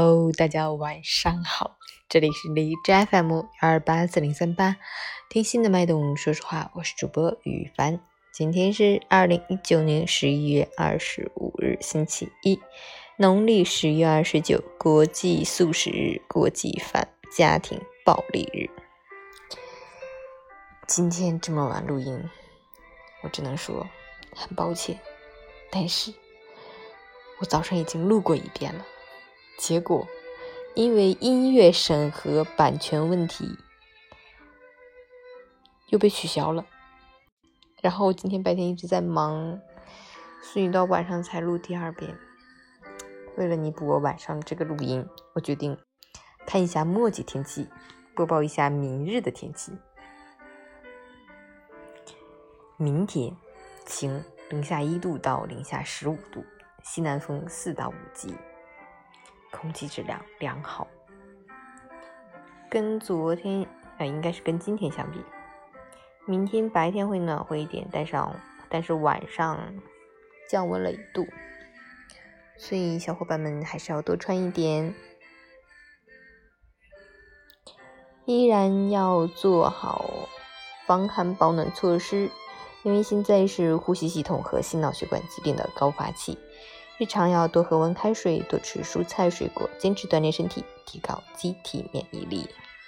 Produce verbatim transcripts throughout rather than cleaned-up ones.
Hello， 大家晚上好，这里是荔枝 F M 二八四零三八，听心的脉动，说实话，我是主播雨帆。今天是二零一九年十一月二十五日，星期一，农历十月二十九，国际素食日，国际反家庭暴力日。今天这么晚录音，我只能说很抱歉，但是我早上已经录过一遍了，结果因为音乐审核版权问题又被取消了。然后我今天白天一直在忙，所以到晚上才录第二遍。为了弥补我晚上这个录音，我决定看一下墨迹天气，播报一下明日的天气。明天晴，零下一度到零下十五度，西南风四到五级，空气质量良好。跟昨天呃，应该是跟今天相比，明天白天会暖和一点，但上但是晚上降温了一度，所以小伙伴们还是要多穿一点，依然要做好防寒保暖措施，因为现在是呼吸系统和心脑血管疾病的高发期，日常要多喝温开水，多吃蔬菜水果，坚持锻炼身体，提高机体免疫力。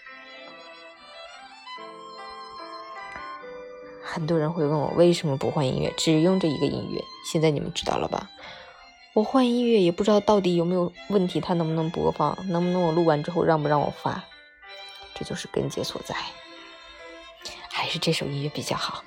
很多人会问我为什么不换音乐，只用这一个音乐，现在你们知道了吧？我换音乐也不知道到底有没有问题，它能不能播放，能不能我录完之后让不让我发，这就是根结所在，还是这首音乐比较好。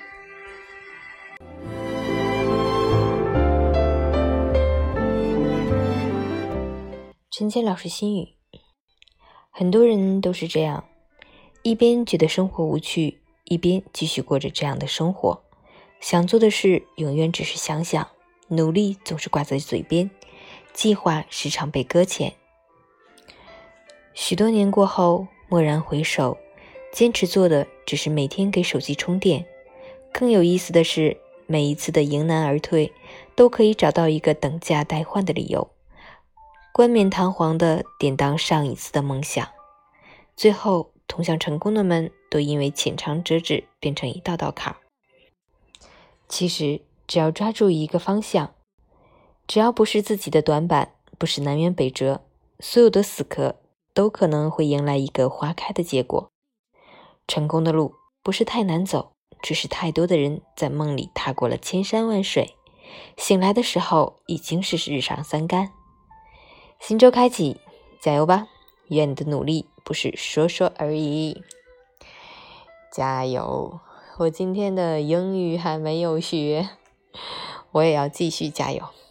陈谦老师心语：很多人都是这样，一边觉得生活无趣，一边继续过着这样的生活，想做的事永远只是想想，努力总是挂在嘴边，计划时常被搁浅。许多年过后，蓦然回首，坚持做的只是每天给手机充电。更有意思的是，每一次的迎难而退，都可以找到一个等价代换的理由，冠冕堂皇地典当上一次的梦想。最后通向成功的门都因为浅尝辄止变成一道道坎儿。其实只要抓住一个方向，只要不是自己的短板，不是南辕北辙，所有的死磕都可能会迎来一个花开的结果。成功的路不是太难走，只是太多的人在梦里踏过了千山万水，醒来的时候已经是日上三竿。新周开启，加油吧！愿你的努力不是说说而已。加油！我今天的英语还没有学，我也要继续加油。